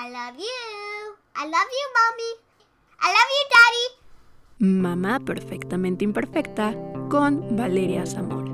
I love you. I love you, mommy. I love you, daddy. Mamá perfectamente imperfecta con Valeria Zamora.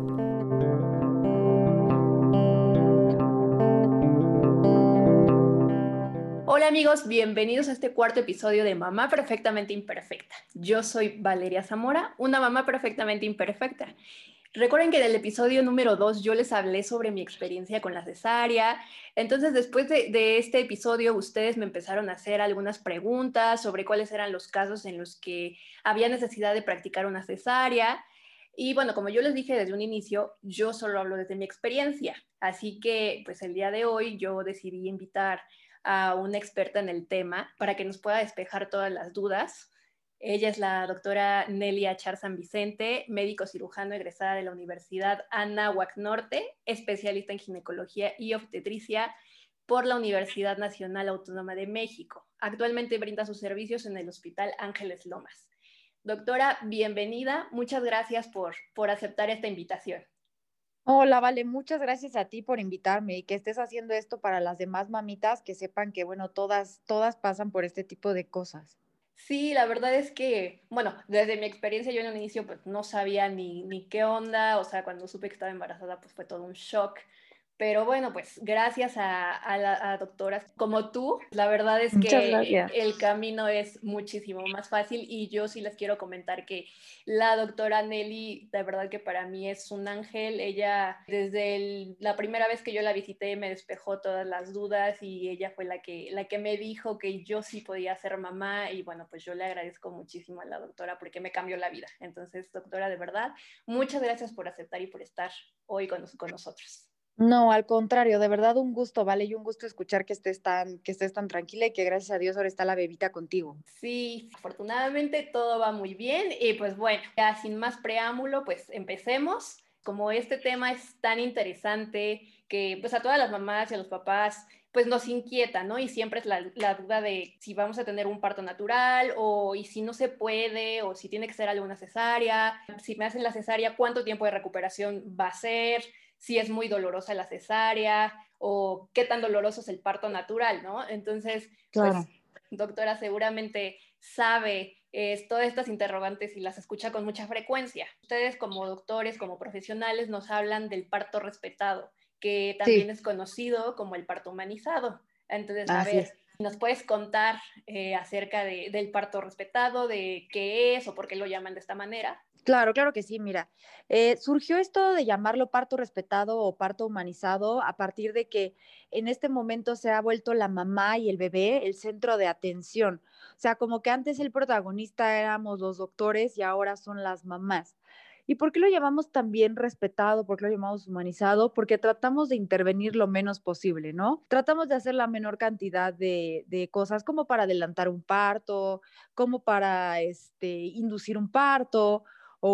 Hola amigos, bienvenidos a este cuarto episodio de Mamá Perfectamente Imperfecta. Yo soy Valeria Zamora, una mamá perfectamente imperfecta. Recuerden que en el episodio número 2 yo les hablé sobre mi experiencia con la cesárea. Entonces, después de este episodio, ustedes me empezaron a hacer algunas preguntas sobre cuáles eran los casos en los que había necesidad de practicar una cesárea. Y bueno, como yo les dije desde un inicio, yo solo hablo desde mi experiencia. Así que, pues el día de hoy yo decidí invitar a una experta en el tema para que nos pueda despejar todas las dudas. Ella es la doctora Nelia Char San Vicente, médico cirujano egresada de la Universidad Anáhuac Norte, especialista en ginecología y obstetricia por la Universidad Nacional Autónoma de México. Actualmente brinda sus servicios en el Hospital Ángeles Lomas. Doctora, bienvenida. Muchas gracias por aceptar esta invitación. Hola, Vale, muchas gracias a ti por invitarme y que estés haciendo esto para las demás mamitas que sepan que, bueno, todas pasan por este tipo de cosas. Sí, la verdad es que, bueno, desde mi experiencia yo en un inicio pues no sabía ni qué onda, o sea, cuando supe que estaba embarazada pues fue todo un shock. Pero bueno, pues gracias a doctoras como tú, la verdad es Muchas que gracias. el camino es muchísimo más fácil y yo sí les quiero comentar que la doctora Nelly, de verdad que para mí es un ángel. Ella desde la primera vez que yo la visité me despejó todas las dudas y ella fue la que me dijo que yo sí podía ser mamá y bueno, pues yo le agradezco muchísimo a la doctora porque me cambió la vida. Entonces, doctora, de verdad, muchas gracias por aceptar y por estar hoy con nosotros. No, al contrario, de verdad un gusto, Vale, y un gusto escuchar que estés tan tranquila y que gracias a Dios ahora está la bebita contigo. Sí, afortunadamente todo va muy bien y pues bueno, ya sin más preámbulo, pues empecemos. Como este tema es tan interesante que pues a todas las mamás y a los papás pues nos inquieta, ¿no? Y siempre es la duda de si vamos a tener un parto natural o y si no se puede o si tiene que ser alguna cesárea, si me hacen la cesárea, ¿cuánto tiempo de recuperación va a ser? Si es muy dolorosa la cesárea o qué tan doloroso es el parto natural, ¿no? Entonces, pues Claro. doctora seguramente sabe todas estas interrogantes y las escucha con mucha frecuencia. Ustedes como doctores, como profesionales, nos hablan del parto respetado, que Sí, también es conocido como el parto humanizado. Entonces, a así ver, es. ¿nos puedes contar acerca del parto respetado, de qué es o por qué lo llaman de esta manera? Claro, claro que sí, mira, surgió esto de llamarlo parto respetado o parto humanizado a partir de que en este momento se ha vuelto la mamá y el bebé el centro de atención. O sea, como que antes el protagonista éramos los doctores y ahora son las mamás. ¿Y por qué lo llamamos también respetado? ¿Por qué lo llamamos humanizado? Porque tratamos de intervenir lo menos posible, ¿no? Tratamos de hacer la menor cantidad de cosas como para adelantar un parto, como para inducir un parto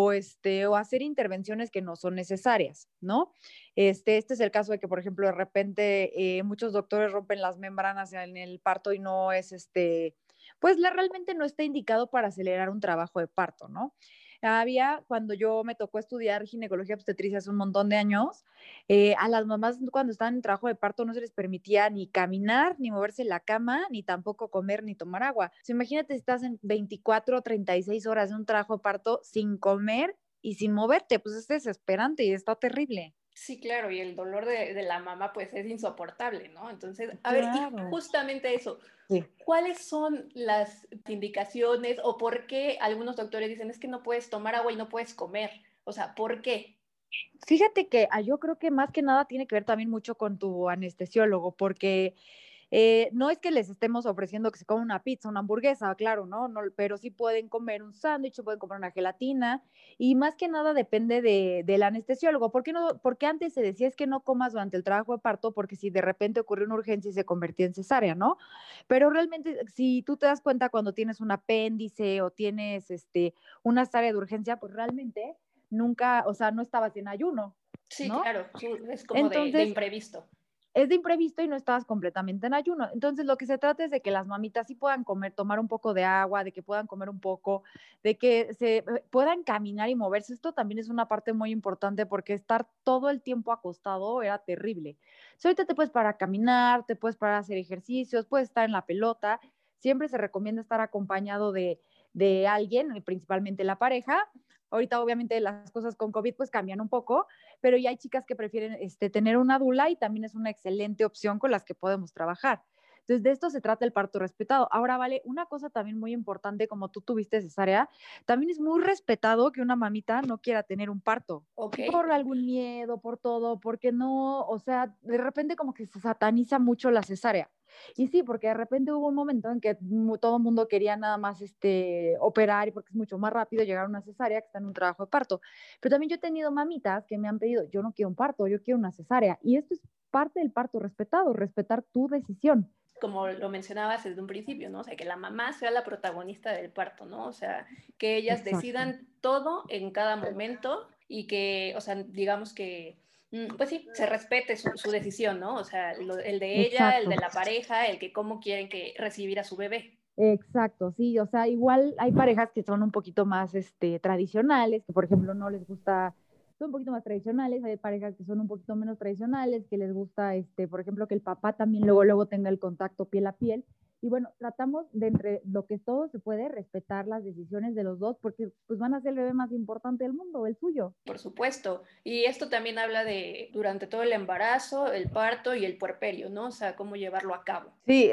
o hacer intervenciones que no son necesarias, ¿no? Este es el caso de que, por ejemplo, de repente muchos doctores rompen las membranas en el parto y no es pues realmente no está indicado para acelerar un trabajo de parto, ¿no? Cuando yo me tocó estudiar ginecología obstetricia hace un montón de años, a las mamás cuando estaban en trabajo de parto no se les permitía ni caminar, ni moverse en la cama, ni tampoco comer, ni tomar agua. O sea, imagínate si estás en 24 o 36 horas de un trabajo de parto sin comer y sin moverte, pues es desesperante y está terrible. Sí, claro, y el dolor de la mamá pues es insoportable, ¿no? Entonces, a ver, y Claro. justamente eso, Sí. ¿cuáles son las indicaciones o por qué algunos doctores dicen es que no puedes tomar agua y no puedes comer? O sea, ¿por qué? Fíjate que yo creo que más que nada tiene que ver también mucho con tu anestesiólogo, porque no es que les estemos ofreciendo que se coman una pizza, una hamburguesa, claro, ¿no? No, pero sí pueden comer un sándwich, pueden comer una gelatina, y más que nada depende del anestesiólogo. ¿Por qué no? Porque antes se decía es que no comas durante el trabajo de parto, porque si de repente ocurre una urgencia y se convertía en cesárea, ¿no? Pero realmente, si tú te das cuenta cuando tienes un apéndice o tienes una cesárea de urgencia, pues realmente nunca, o sea, no estabas en ayuno, Sí, ¿no? claro, es como de Entonces, imprevisto. es de imprevisto y no estabas completamente en ayuno. Entonces, lo que se trata es de que las mamitas sí puedan comer, tomar un poco de agua, de que puedan comer un poco, de que se puedan caminar y moverse. Esto también es una parte muy importante porque estar todo el tiempo acostado era terrible. Si ahorita te puedes parar a caminar, te puedes parar a hacer ejercicios, puedes estar en la pelota. Siempre se recomienda estar acompañado de alguien, principalmente la pareja. Ahorita obviamente las cosas con COVID pues cambian un poco, pero ya hay chicas que prefieren tener una dula y también es una excelente opción con las que podemos trabajar. Entonces, de esto se trata el parto respetado. Ahora, vale, una cosa también muy importante, como tú tuviste cesárea, también es muy respetado que una mamita no quiera tener un parto. Ok. Por algún miedo, por todo, porque no, o sea, de repente como que se sataniza mucho la cesárea. Y sí, porque de repente hubo un momento en que todo el mundo quería nada más operar y porque es mucho más rápido llegar a una cesárea que está en un trabajo de parto. Pero también yo he tenido mamitas que me han pedido, yo no quiero un parto, yo quiero una cesárea. Y esto es parte del parto respetado, respetar tu decisión. Como lo mencionabas desde un principio, ¿no? O sea, que la mamá sea la protagonista del parto, ¿no? O sea, que ellas Exacto. decidan todo en cada momento y que, o sea, digamos que, pues sí, se respete su decisión, ¿no? O sea, el de ella, el Exacto. de la pareja, el que cómo quieren que recibir a su bebé. Exacto, sí, o sea, igual hay parejas que son un poquito más tradicionales, que por ejemplo no les gusta, son un poquito más tradicionales, hay parejas que son un poquito menos tradicionales, que les gusta, por ejemplo, que el papá también luego tenga el contacto piel a piel. Y bueno, tratamos de entre lo que todo se puede respetar las decisiones de los dos, porque pues van a ser el bebé más importante del mundo, el suyo. Por supuesto. Y esto también habla de durante todo el embarazo, el parto y el puerperio, ¿no? O sea, cómo llevarlo a cabo. Sí,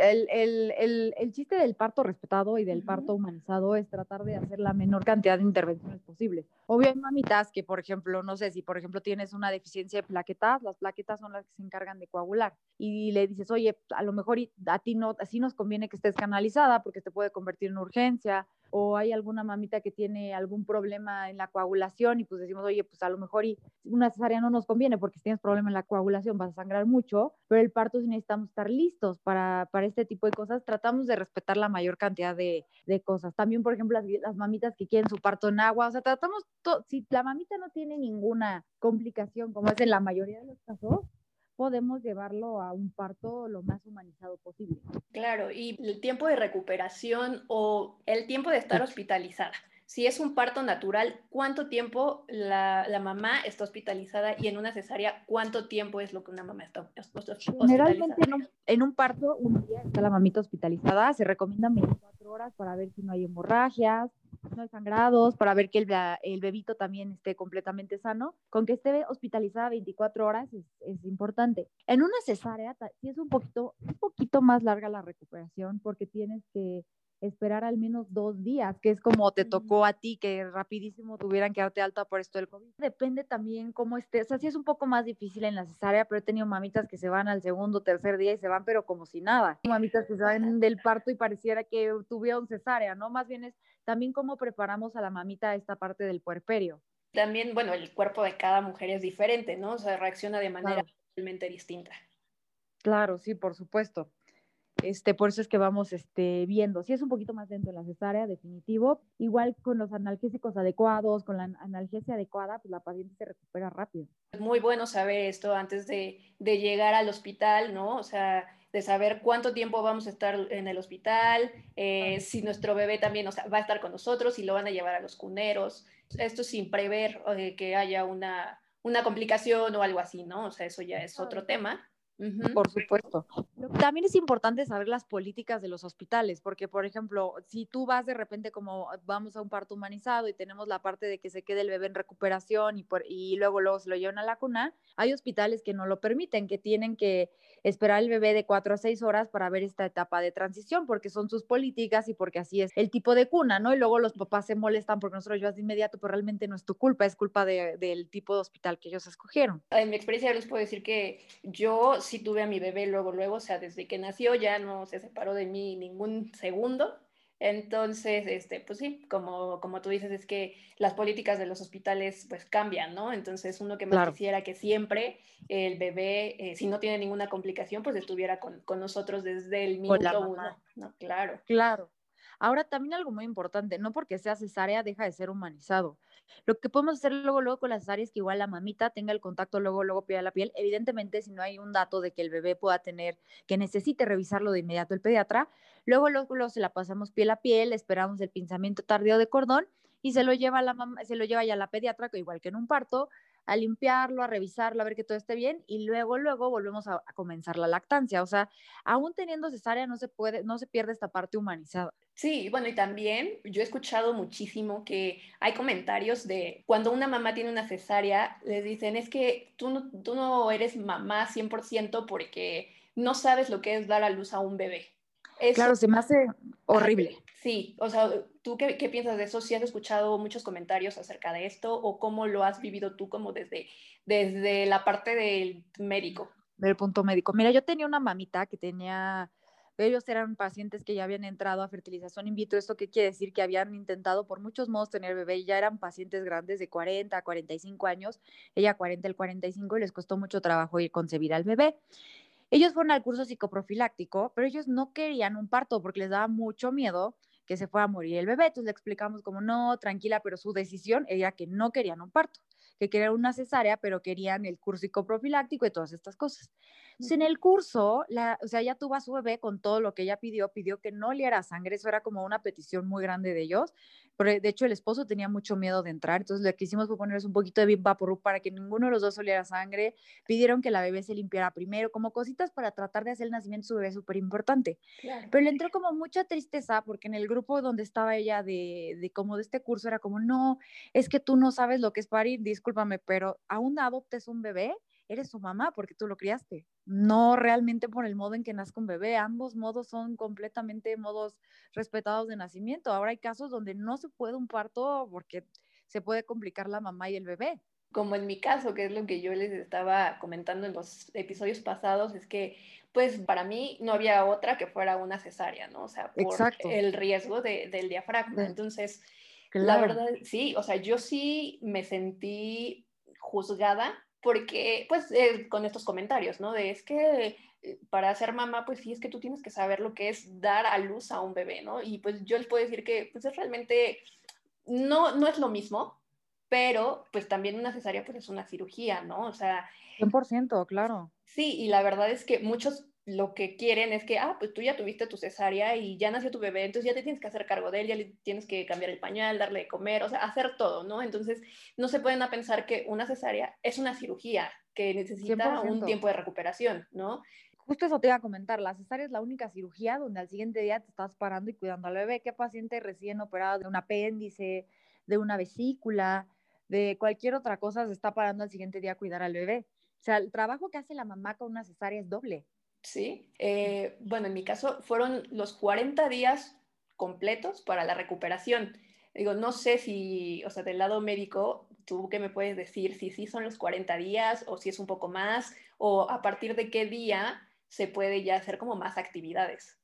el chiste del parto respetado y del parto Ujú. humanizado es tratar de hacer la menor cantidad de intervenciones posibles. Obvio, hay mamitas que, por ejemplo, no sé si, por ejemplo, tienes una deficiencia de plaquetas, las plaquetas son las que se encargan de coagular. Y le dices, oye, a lo mejor a ti no, así nos conviene que estés canalizada porque te puede convertir en urgencia. O hay alguna mamita que tiene algún problema en la coagulación y pues decimos, oye, pues a lo mejor una cesárea no nos conviene porque si tienes problema en la coagulación vas a sangrar mucho, pero el parto sí necesitamos estar listos para este tipo de cosas. Tratamos de respetar la mayor cantidad de cosas. También, por ejemplo, las mamitas que quieren su parto en agua, o sea, tratamos, si la mamita no tiene ninguna complicación, como es en la mayoría de los casos, podemos llevarlo a un parto lo más humanizado posible. Claro, y el tiempo de recuperación o el tiempo de estar hospitalizada. Si es un parto natural, ¿cuánto tiempo la mamá está hospitalizada? Y en una cesárea, ¿cuánto tiempo es lo que una mamá está hospitalizada? Generalmente en un parto, un día está la mamita hospitalizada, se recomiendan 24 horas para ver si no hay hemorragias, no hay sangrados, para ver que el bebito también esté completamente sano. Con que esté hospitalizada 24 horas es importante. En una cesárea sí es un poquito más larga la recuperación porque tienes que esperar al menos 2 días, que es como te tocó a ti, que rapidísimo tuvieran que darte alta por esto del COVID. Depende también cómo estés, o sea, sí es un poco más difícil en la cesárea, pero he tenido mamitas que se van al segundo, tercer día y se van, pero como si nada. Mamitas que se van del parto y pareciera que tuvieron cesárea, ¿no? Más bien es también cómo preparamos a la mamita a esta parte del puerperio. También, bueno, el cuerpo de cada mujer es diferente, ¿no? O sea, reacciona de manera Claro, totalmente distinta. claro, sí, por supuesto. Por eso es que vamos viendo. Si es un poquito más lento en la cesárea, definitivo. Igual con los analgésicos adecuados, con la analgesia adecuada, pues la paciente se recupera rápido. Es muy bueno saber esto antes de llegar al hospital, ¿no? O sea, de saber cuánto tiempo vamos a estar en el hospital, si nuestro bebé también, o sea, va a estar con nosotros, si lo van a llevar a los cuneros. Esto sin prever que haya una complicación o algo así, ¿no? O sea, eso ya es otro tema. Uh-huh. Por supuesto. También es importante saber las políticas de los hospitales, porque, por ejemplo, si tú vas de repente como vamos a un parto humanizado y tenemos la parte de que se quede el bebé en recuperación y luego se lo llevan a la cuna, hay hospitales que no lo permiten, que tienen que esperar el bebé de 4 a 6 horas para ver esta etapa de transición, porque son sus políticas y porque así es el tipo de cuna, ¿no? Y luego los papás se molestan porque nosotros llevas de inmediato, pero realmente no es tu culpa, es culpa del tipo de hospital que ellos escogieron. En mi experiencia les puedo decir que yo sí tuve a mi bebé luego, o sea, desde que nació ya no se separó de mí ningún segundo. Entonces, pues sí, como tú dices, es que las políticas de los hospitales pues cambian, ¿no? Entonces, uno que más Claro. quisiera que siempre el bebé, si no tiene ninguna complicación, pues estuviera con nosotros desde el Con la minuto uno, mamá. ¿no? Claro. Claro. Ahora, también algo muy importante, no porque sea cesárea deja de ser humanizado. Lo que podemos hacer luego con la cesárea es que igual la mamita tenga el contacto luego piel a la piel. Evidentemente, si no hay un dato de que el bebé pueda tener, que necesite revisarlo de inmediato el pediatra, luego se la pasamos piel a piel, esperamos el pinzamiento tardío de cordón y se lo lleva la mamá, se lo lleva ya la pediatra, que igual que en un parto, a limpiarlo, a revisarlo, a ver que todo esté bien y luego volvemos a comenzar la lactancia. O sea, aún teniendo cesárea no se pierde esta parte humanizada. Sí, bueno, y también yo he escuchado muchísimo que hay comentarios de cuando una mamá tiene una cesárea, les dicen, es que tú no eres mamá 100% porque no sabes lo que es dar a luz a un bebé. Eso, Claro, se me hace ajá, horrible. sí, o sea, ¿tú qué piensas de eso? ¿Si has escuchado muchos comentarios acerca de esto o cómo lo has vivido tú como desde la parte del médico? Del punto médico. Mira, yo tenía una mamita que tenía, ellos eran pacientes que ya habían entrado a fertilización in vitro. ¿Esto qué quiere decir? Que habían intentado por muchos modos tener bebé y ya eran pacientes grandes de 40 a 45 años, ella 40, el 45 y les costó mucho trabajo ir concebir al bebé. Ellos fueron al curso psicoprofiláctico, pero ellos no querían un parto porque les daba mucho miedo que se fuera a morir el bebé. Entonces le explicamos como no, tranquila, pero su decisión era que no querían un parto, que querían una cesárea, pero querían el curso psicoprofiláctico y todas estas cosas. Entonces, en el curso, o sea, ella tuvo a su bebé con todo lo que ella pidió que no oliera sangre, eso era como una petición muy grande de ellos, pero de hecho el esposo tenía mucho miedo de entrar, entonces lo que hicimos fue ponerles un poquito de Vaporub para que ninguno de los dos oliera sangre, pidieron que la bebé se limpiara primero, como cositas para tratar de hacer el nacimiento de su bebé súper importante. Claro. Pero le entró como mucha tristeza porque en el grupo donde estaba ella de como de este curso era como, no, es que tú no sabes lo que es parir, discúlpame, pero aún adoptes un bebé, eres su mamá porque tú lo criaste. No realmente por el modo en que nazca un bebé. Ambos modos son completamente modos respetados de nacimiento. Ahora hay casos donde no se puede un parto porque se puede complicar la mamá y el bebé. Como en mi caso, que es lo que yo les estaba comentando en los episodios pasados, es que pues para mí no había otra que fuera una cesárea, ¿no? O sea, por Exacto. el riesgo del diafragma. Entonces, la Claro. verdad, sí, o sea, yo sí me sentí juzgada porque, pues, con estos comentarios, ¿no? De es que para ser mamá, pues sí, es que tú tienes que saber lo que es dar a luz a un bebé, ¿no? Y pues yo les puedo decir que, pues es realmente, no es lo mismo, pero pues también una cesárea pues es una cirugía, ¿no? O sea, 100%, claro. sí, y la verdad es que muchos lo que quieren es que, pues tú ya tuviste tu cesárea y ya nació tu bebé, entonces ya te tienes que hacer cargo de él, ya le tienes que cambiar el pañal, darle de comer, o sea, hacer todo, ¿no? Entonces no se pueden a pensar que una cesárea es una cirugía que necesita un 100%. tiempo de recuperación, ¿no? Justo eso te iba a comentar, la cesárea es la única cirugía donde al siguiente día te estás parando y cuidando al bebé. ¿Qué paciente recién operado de un apéndice, de una vesícula, de cualquier otra cosa se está parando al siguiente día a cuidar al bebé? O sea, el trabajo que hace la mamá con una cesárea es doble. Sí, bueno, en mi caso fueron los 40 días completos para la recuperación. Digo, no sé si, o sea, del lado médico, tú qué me puedes decir si sí son los 40 días o si es un poco más o a partir de qué día se puede ya hacer como más actividades.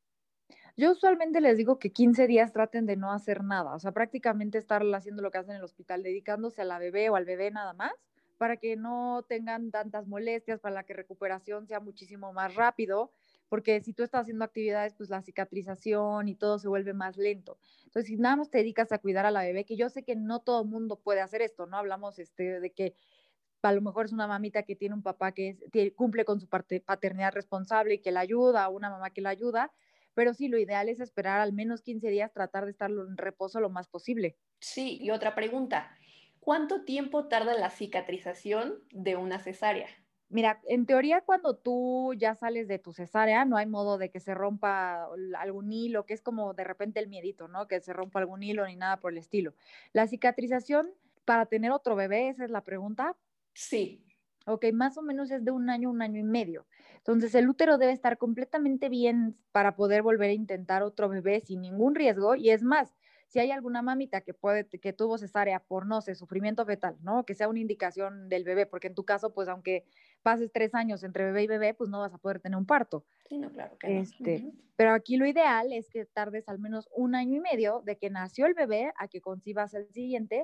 Yo usualmente les digo que 15 días traten de no hacer nada, o sea, prácticamente estar haciendo lo que hacen en el hospital, dedicándose a la bebé o al bebé nada más, para que no tengan tantas molestias, para que recuperación sea muchísimo más rápido, porque si tú estás haciendo actividades, pues la cicatrización y todo se vuelve más lento. Entonces, si nada más te dedicas a cuidar a la bebé, que yo sé que no todo el mundo puede hacer esto, ¿no? Hablamos de que a lo mejor es una mamita que tiene un papá cumple con su paternidad responsable y que la ayuda, o una mamá que la ayuda, pero sí, lo ideal es esperar al menos 15 días, tratar de estar en reposo lo más posible. Sí, y otra pregunta, ¿cuánto tiempo tarda la cicatrización de una cesárea? Mira, en teoría cuando tú ya sales de tu cesárea, no hay modo de que se rompa algún hilo, que es como de repente el miedito, ¿no? Que se rompa algún hilo ni nada por el estilo. La cicatrización para tener otro bebé, esa es la pregunta. Sí, Ok, más o menos es de un año y medio. Entonces, el útero debe estar completamente bien para poder volver a intentar otro bebé sin ningún riesgo. Y es más, si hay alguna mamita que tuvo cesárea por, no sé, sufrimiento fetal, ¿no? Que sea una indicación del bebé, porque en tu caso, pues, aunque pases 3 años entre bebé y bebé, pues no vas a poder tener un parto. sí, no, claro que no. Ujú. Pero aquí lo ideal es que tardes al menos un año y medio de que nació el bebé a que concibas el siguiente,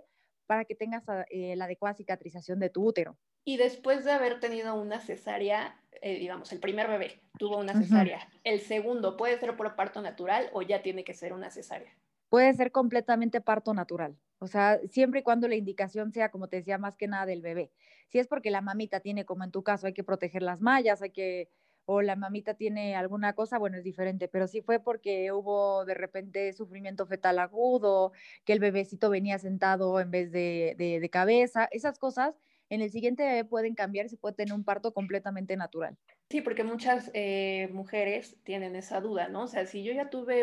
para que tengas la adecuada cicatrización de tu útero. Y después de haber tenido una cesárea, digamos, el primer bebé tuvo una Ujú. cesárea, ¿el segundo puede ser por parto natural o ya tiene que ser una cesárea? Puede ser completamente parto natural. O sea, siempre y cuando la indicación sea, como te decía, más que nada del bebé. Si es porque la mamita tiene, como en tu caso, hay que proteger las mallas, o la mamita tiene alguna cosa, bueno, es diferente. Pero si fue porque hubo de repente sufrimiento fetal agudo, que el bebecito venía sentado en vez de cabeza, esas cosas en el siguiente bebé pueden cambiar y se puede tener un parto completamente natural. Sí, porque muchas mujeres tienen esa duda, ¿no? O sea, si yo ya tuve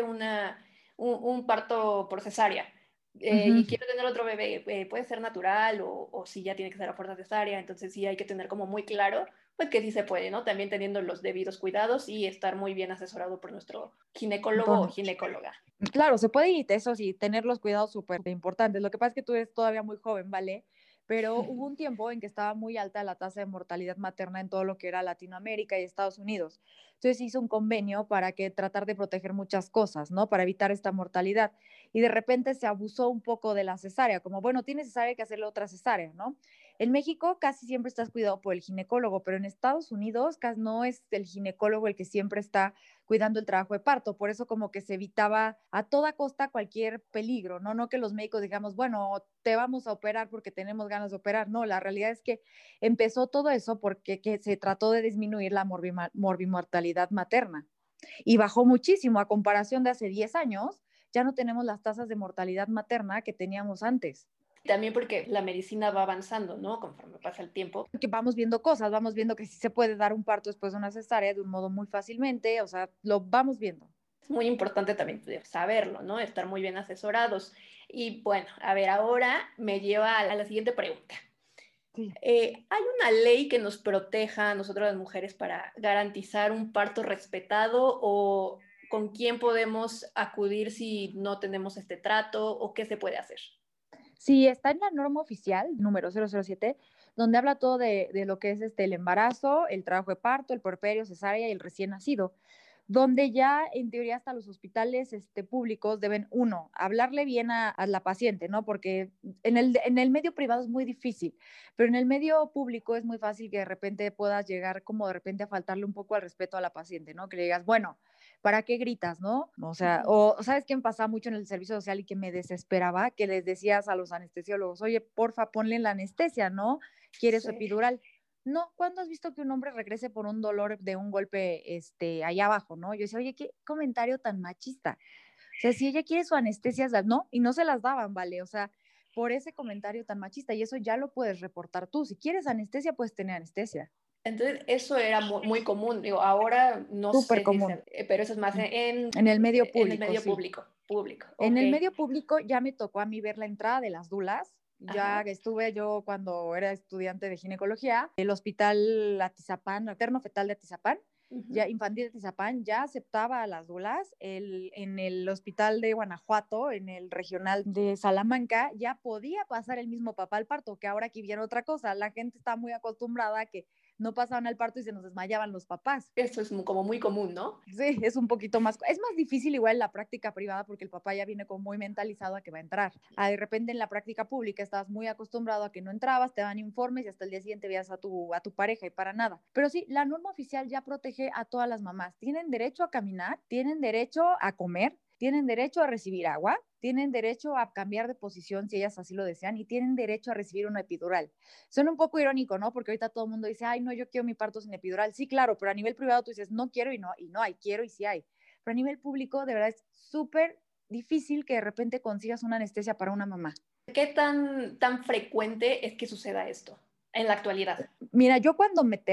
un parto por cesárea Ujú. y quiero tener otro bebé, puede ser natural o si ya tiene que ser a fuerza cesárea, entonces sí hay que tener como muy claro, pues que sí se puede, ¿no? También teniendo los debidos cuidados y estar muy bien asesorado por nuestro ginecólogo o Entonces, ginecóloga. claro, se puede y eso sí, tener los cuidados súper importantes. Lo que pasa es que tú eres todavía muy joven, ¿vale? Pero hubo un tiempo en que estaba muy alta la tasa de mortalidad materna en todo lo que era Latinoamérica y Estados Unidos. Entonces hizo un convenio para que tratar de proteger muchas cosas, ¿no? Para evitar esta mortalidad. Y de repente se abusó un poco de la cesárea, como, bueno, tienes cesárea, hay que hacerle otra cesárea, ¿no? En México casi siempre estás cuidado por el ginecólogo, pero en Estados Unidos casi no es el ginecólogo el que siempre está cuidando el trabajo de parto. Por eso como que se evitaba a toda costa cualquier peligro, ¿no? No que los médicos digamos, bueno, te vamos a operar porque tenemos ganas de operar. No, la realidad es que empezó todo eso porque se trató de disminuir la morbimortalidad materna y bajó muchísimo a comparación de hace 10 años. Ya no tenemos las tasas de mortalidad materna que teníamos antes. También porque la medicina va avanzando, ¿no? Conforme pasa el tiempo. Que vamos viendo cosas, vamos viendo que sí se puede dar un parto después de una cesárea de un modo muy fácilmente, o sea, lo vamos viendo. Es muy importante también saberlo, ¿no? Estar muy bien asesorados. Y bueno, a ver, ahora me lleva a la siguiente pregunta. Sí. ¿Hay una ley que nos proteja a nosotros las mujeres para garantizar un parto respetado o con quién podemos acudir si no tenemos este trato o qué se puede hacer? Sí, está en la norma oficial, número 007, donde habla todo de lo que es el embarazo, el trabajo de parto, el puerperio, cesárea y el recién nacido, donde ya en teoría hasta los hospitales públicos deben, uno, hablarle bien a la paciente, ¿no? Porque en el medio privado es muy difícil, pero en el medio público es muy fácil que de repente puedas llegar como de repente a faltarle un poco al respeto a la paciente, ¿no? Que le digas, bueno, ¿para qué gritas, no? O sea, o ¿sabes qué me pasaba mucho en el servicio social y que me desesperaba? Que les decías a los anestesiólogos, oye, porfa, ponle la anestesia, ¿no? ¿Quieres su Sí. epidural? No, ¿cuándo has visto que un hombre regrese por un dolor de un golpe allá abajo, no? Yo decía, oye, qué comentario tan machista. O sea, si ella quiere su anestesia, no, y no se las daban, ¿vale? O sea, por ese comentario tan machista, y eso ya lo puedes reportar tú. Si quieres anestesia, puedes tener anestesia. Entonces, eso era muy común. Digo, ahora no Súper sé si común. sea, pero eso es más En el medio en el público, medio sí. público. Público, En ok. el medio público ya me tocó a mí ver la entrada de las dulas. Ya Ajá. estuve yo cuando era estudiante de ginecología, el hospital Atizapán, materno fetal de Atizapán, Uh-huh. ya infantil de Atizapán, ya aceptaba a las dulas. En el hospital de Guanajuato, en el regional de Salamanca, ya podía pasar el mismo papá al parto, que ahora aquí viene otra cosa. La gente está muy acostumbrada a que no pasaban al parto y se nos desmayaban los papás. Eso es como muy común, ¿no? Sí, es un poquito más, es más difícil igual en la práctica privada porque el papá ya viene como muy mentalizado a que va a entrar. De repente en la práctica pública estabas muy acostumbrado a que no entrabas, te dan informes y hasta el día siguiente veías a tu pareja y para nada. Pero sí, la norma oficial ya protege a todas las mamás. Tienen derecho a caminar, tienen derecho a comer, tienen derecho a recibir agua, tienen derecho a cambiar de posición si ellas así lo desean y tienen derecho a recibir una epidural. Suena un poco irónico, ¿no? Porque ahorita todo el mundo dice, ay, no, yo quiero mi parto sin epidural. Sí, claro, pero a nivel privado tú dices, no quiero y no hay, quiero y sí hay. Pero a nivel público, de verdad, es súper difícil que de repente consigas una anestesia para una mamá. ¿Qué tan frecuente es que suceda esto en la actualidad? Mira, yo cuando me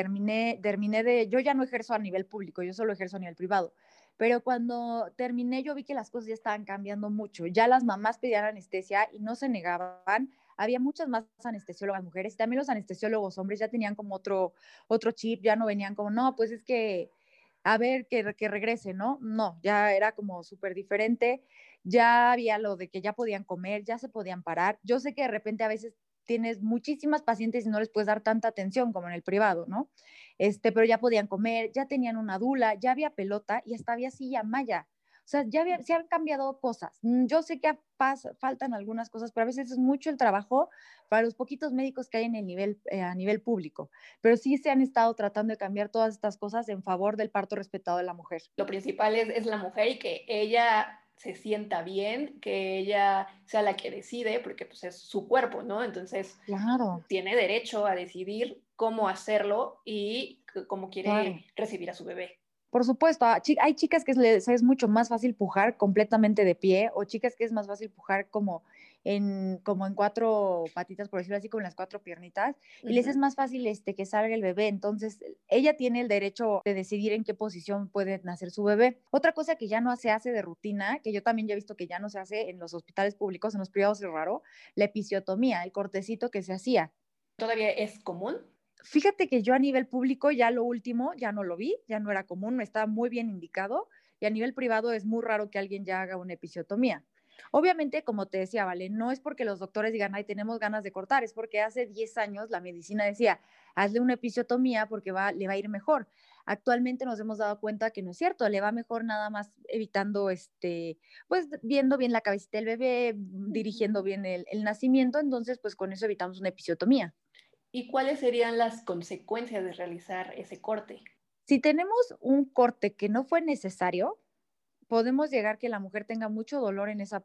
yo ya no ejerzo a nivel público, yo solo ejerzo a nivel privado, pero cuando terminé yo vi que las cosas ya estaban cambiando mucho, ya las mamás pedían anestesia y no se negaban, había muchas más anestesiólogas mujeres y también los anestesiólogos hombres ya tenían como otro chip, ya no venían como, no, pues es que, a ver, que regrese, ¿no? No, ya era como súper diferente, ya había lo de que ya podían comer, ya se podían parar, yo sé que de repente a veces tienes muchísimas pacientes y no les puedes dar tanta atención como en el privado, ¿no? Pero ya podían comer, ya tenían una dula, ya había pelota y hasta había silla maya. O sea, se han cambiado cosas. Yo sé que faltan algunas cosas, pero a veces es mucho el trabajo para los poquitos médicos que hay en el a nivel público. Pero sí se han estado tratando de cambiar todas estas cosas en favor del parto respetado de la mujer. Lo principal es la mujer y que ella se sienta bien, que ella sea la que decide, porque pues es su cuerpo, ¿no? Entonces, Claro, tiene derecho a decidir cómo hacerlo y cómo claro. quiere recibir a su bebé. Por supuesto, hay chicas que les es mucho más fácil pujar completamente de pie o chicas que es más fácil pujar como en cuatro patitas, por decirlo así, con las cuatro piernitas, y les es más fácil que salga el bebé. Entonces, ella tiene el derecho de decidir en qué posición puede nacer su bebé. Otra cosa que ya no se hace de rutina, que yo también ya he visto que ya no se hace en los hospitales públicos, en los privados es raro, la episiotomía, el cortecito que se hacía. ¿Todavía es común? Fíjate que yo a nivel público ya lo último, ya no lo vi, ya no era común, no estaba muy bien indicado y a nivel privado es muy raro que alguien ya haga una episiotomía. Obviamente, como te decía, Vale, no es porque los doctores digan, ay, tenemos ganas de cortar, es porque hace 10 años la medicina decía, hazle una episiotomía porque le va a ir mejor. Actualmente nos hemos dado cuenta que no es cierto, le va mejor nada más evitando, pues viendo bien la cabecita del bebé, dirigiendo bien el nacimiento, entonces pues con eso evitamos una episiotomía. ¿Y cuáles serían las consecuencias de realizar ese corte? Si tenemos un corte que no fue necesario, podemos llegar que la mujer tenga mucho dolor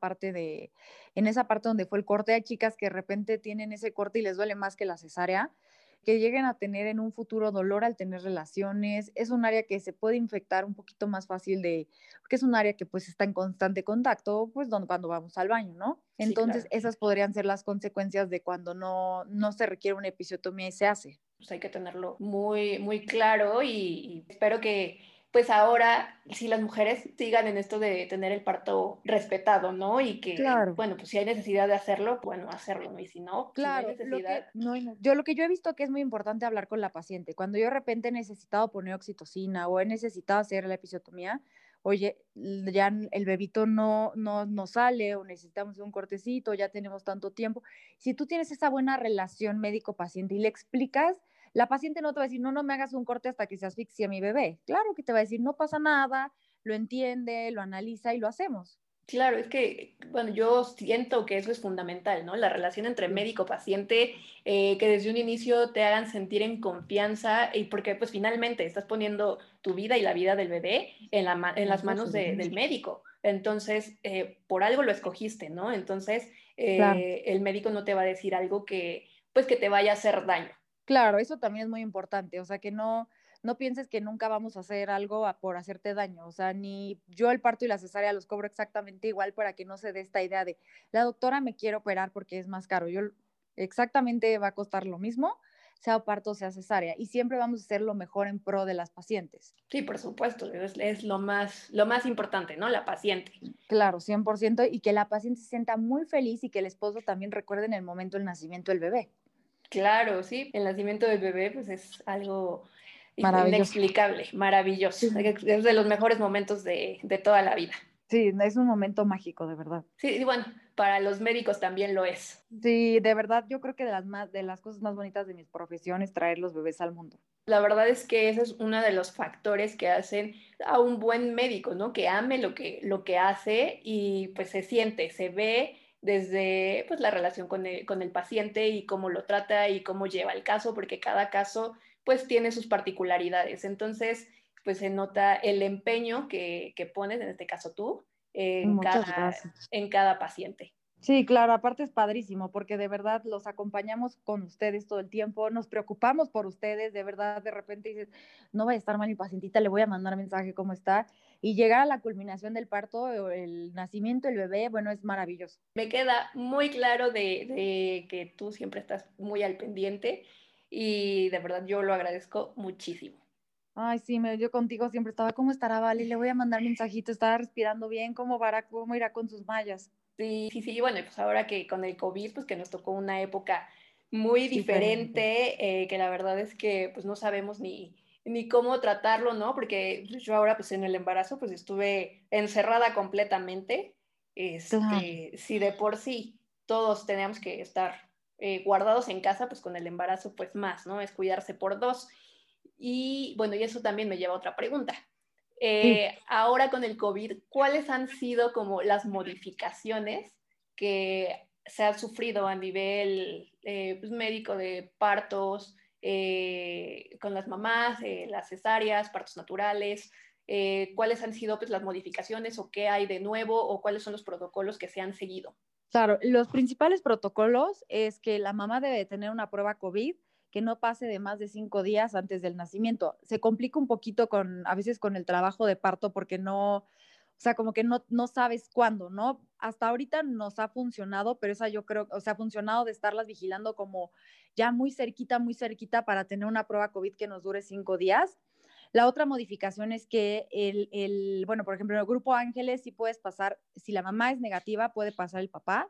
en esa parte donde fue el corte. Hay chicas que de repente tienen ese corte y les duele más que la cesárea, que lleguen a tener en un futuro dolor al tener relaciones. Es un área que se puede infectar un poquito más fácil porque es un área que pues está en constante contacto, pues cuando vamos al baño, ¿no? Sí, Entonces, claro. esas podrían ser las consecuencias de cuando no se requiere una episiotomía y se hace. Pues hay que tenerlo muy, muy claro y espero que pues ahora sí las mujeres sigan en esto de tener el parto respetado, ¿no? Y que, Claro. bueno, pues si hay necesidad de hacerlo, bueno, hacerlo, ¿no? Y si no hay Claro, necesidad, yo lo que yo he visto que es muy importante hablar con la paciente. Cuando yo de repente he necesitado poner oxitocina o he necesitado hacer la episiotomía, oye, ya el bebito no sale o necesitamos un cortecito, ya tenemos tanto tiempo. Si tú tienes esa buena relación médico-paciente y le explicas, la paciente no te va a decir, no me hagas un corte hasta que se asfixie mi bebé. Claro que te va a decir, no pasa nada, lo entiende, lo analiza y lo hacemos. claro, es que, bueno, yo siento que eso es fundamental, ¿no? La relación entre Sí, médico-paciente, que desde un inicio te hagan sentir en confianza y porque pues finalmente estás poniendo tu vida y la vida del bebé en las las dos, manos del médico. Entonces, por algo lo escogiste, ¿no? Entonces, claro. el médico no te va a decir algo que, pues, que te vaya a hacer daño. Claro, eso también es muy importante, o sea, que no pienses que nunca vamos a hacer algo por hacerte daño, o sea, ni yo el parto y la cesárea los cobro exactamente igual para que no se dé esta idea de la doctora me quiere operar porque es más caro, yo exactamente va a costar lo mismo, sea parto, sea cesárea, y siempre vamos a hacer lo mejor en pro de las pacientes. Sí, por supuesto, es lo más importante, ¿no? La paciente. Claro, 100%, y que la paciente se sienta muy feliz y que el esposo también recuerde en el momento del nacimiento del bebé. Claro, sí, el nacimiento del bebé pues es algo Maravilloso. inexplicable, maravilloso, Sí. es de los mejores momentos de toda la vida. Sí, es un momento mágico, de verdad. Sí, y bueno, para los médicos también lo es. Sí, de verdad, yo creo que de las cosas más bonitas de mi profesión es traer los bebés al mundo. La verdad es que ese es uno de los factores que hacen a un buen médico, ¿no? Que ame lo que hace y pues se siente, se ve desde pues la relación con el paciente y cómo lo trata y cómo lleva el caso, porque cada caso pues tiene sus particularidades. Entonces, pues se nota el empeño que pones, en este caso tú, Muchas gracias. en cada paciente. Sí, claro, aparte es padrísimo porque de verdad los acompañamos con ustedes todo el tiempo, nos preocupamos por ustedes, de verdad, de repente dices, no vaya a estar mal mi pacientita, le voy a mandar mensaje cómo está, y llegar a la culminación del parto, o el nacimiento del bebé, bueno, es maravilloso. Me queda muy claro de que tú siempre estás muy al pendiente y de verdad yo lo agradezco muchísimo. Ay, sí, yo contigo siempre estaba, ¿cómo estará, Vale? Le voy a mandar mensajito, estaba respirando bien, cómo irá con sus mallas? Sí, sí, sí, bueno, y pues ahora que con el COVID, pues que nos tocó una época muy Diferente. diferente, que la verdad es que pues no sabemos ni cómo tratarlo, ¿no? Porque yo ahora pues en el embarazo pues estuve encerrada completamente, Claro. si de por sí todos teníamos que estar guardados en casa, pues con el embarazo pues más, ¿no? Es cuidarse por dos. Y bueno, y eso también me lleva a otra pregunta. Sí. Ahora con el COVID, ¿cuáles han sido como las modificaciones que se han sufrido a nivel pues, médico de partos con las mamás, las cesáreas, partos naturales? ¿Cuáles han sido pues, las modificaciones o qué hay de nuevo o cuáles son los protocolos que se han seguido? Claro, los principales protocolos es que la mamá debe tener una prueba COVID que no pase de más de 5 días antes del nacimiento. Se complica un poquito a veces con el trabajo de parto porque no, o sea, como que no sabes cuándo, ¿no? Hasta ahorita nos ha funcionado, pero esa yo creo, o sea, ha funcionado de estarlas vigilando como ya muy cerquita para tener una prueba COVID que nos dure 5 días. La otra modificación es que bueno, por ejemplo, en el grupo Ángeles sí puedes pasar, si la mamá es negativa, puede pasar el papá.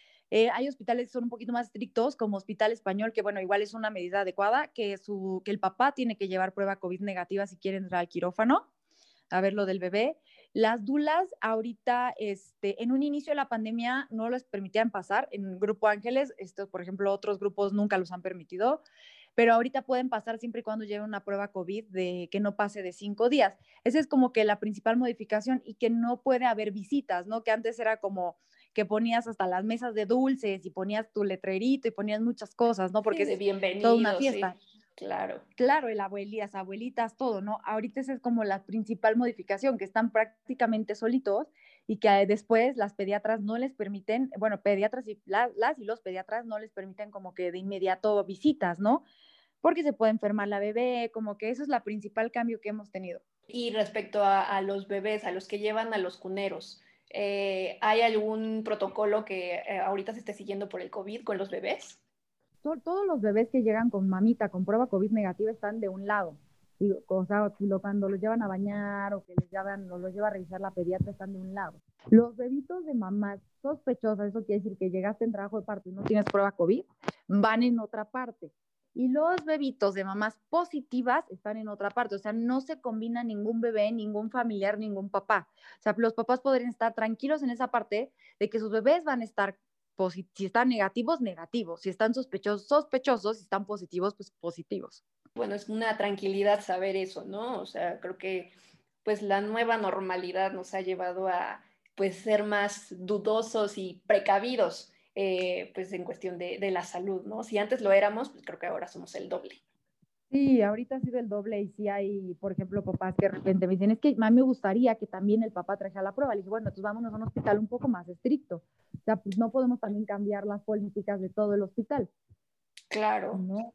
Hay hospitales que son un poquito más estrictos, como Hospital Español, que bueno, igual es una medida adecuada, que el papá tiene que llevar prueba COVID negativa si quiere entrar al quirófano a ver lo del bebé. Las dulas ahorita, en un inicio de la pandemia no les permitían pasar en Grupo Ángeles, por ejemplo, otros grupos nunca los han permitido, pero ahorita pueden pasar siempre y cuando lleven una prueba COVID de que no pase de 5 días. Esa es como que la principal modificación y que no puede haber visitas, ¿no? Que antes era como que ponías hasta las mesas de dulces y ponías tu letrerito y ponías muchas cosas, ¿no? Sí, Porque de es toda una bienvenidos, sí, fiesta. claro. Claro, el abuelitas, abuelitas, todo, ¿no? Ahorita esa es como la principal modificación, que están prácticamente solitos y que después las pediatras no les permiten, bueno, pediatras y las y los pediatras no les permiten como que de inmediato visitas, ¿no? Porque se puede enfermar la bebé, como que eso es la principal cambio que hemos tenido. Y respecto a los bebés, a los que llevan a los cuneros, ¿hay algún protocolo que ahorita se esté siguiendo por el COVID con los bebés? Todos los bebés que llegan con mamita, con prueba COVID negativa, están de un lado. Y, o sea, cuando los llevan a bañar o que les llevan, o los lleva a revisar la pediatra, están de un lado. Los bebitos de mamás sospechosas, eso quiere decir que llegaste en trabajo de parto y no tienes prueba COVID, van en otra parte. Y los bebitos de mamás positivas están en otra parte. O sea, no se combina ningún bebé, ningún familiar, ningún papá. O sea, los papás podrían estar tranquilos en esa parte de que sus bebés van a estar si están negativos, negativos, si están sospechosos, sospechosos, si están positivos, pues positivos. Bueno, es una tranquilidad saber eso, ¿no? O sea, creo que pues la nueva normalidad nos ha llevado a pues ser más dudosos y precavidos pues en cuestión de la salud, ¿no? Si antes lo éramos, pues creo que ahora somos el doble. Sí, ahorita ha sido el doble y sí hay, por ejemplo, papás que de repente me dicen, es que a mí me gustaría que también el papá trajera la prueba. Le dije, bueno, entonces vámonos a un hospital un poco más estricto. O sea, pues no podemos también cambiar las políticas de todo el hospital, Claro. ¿no?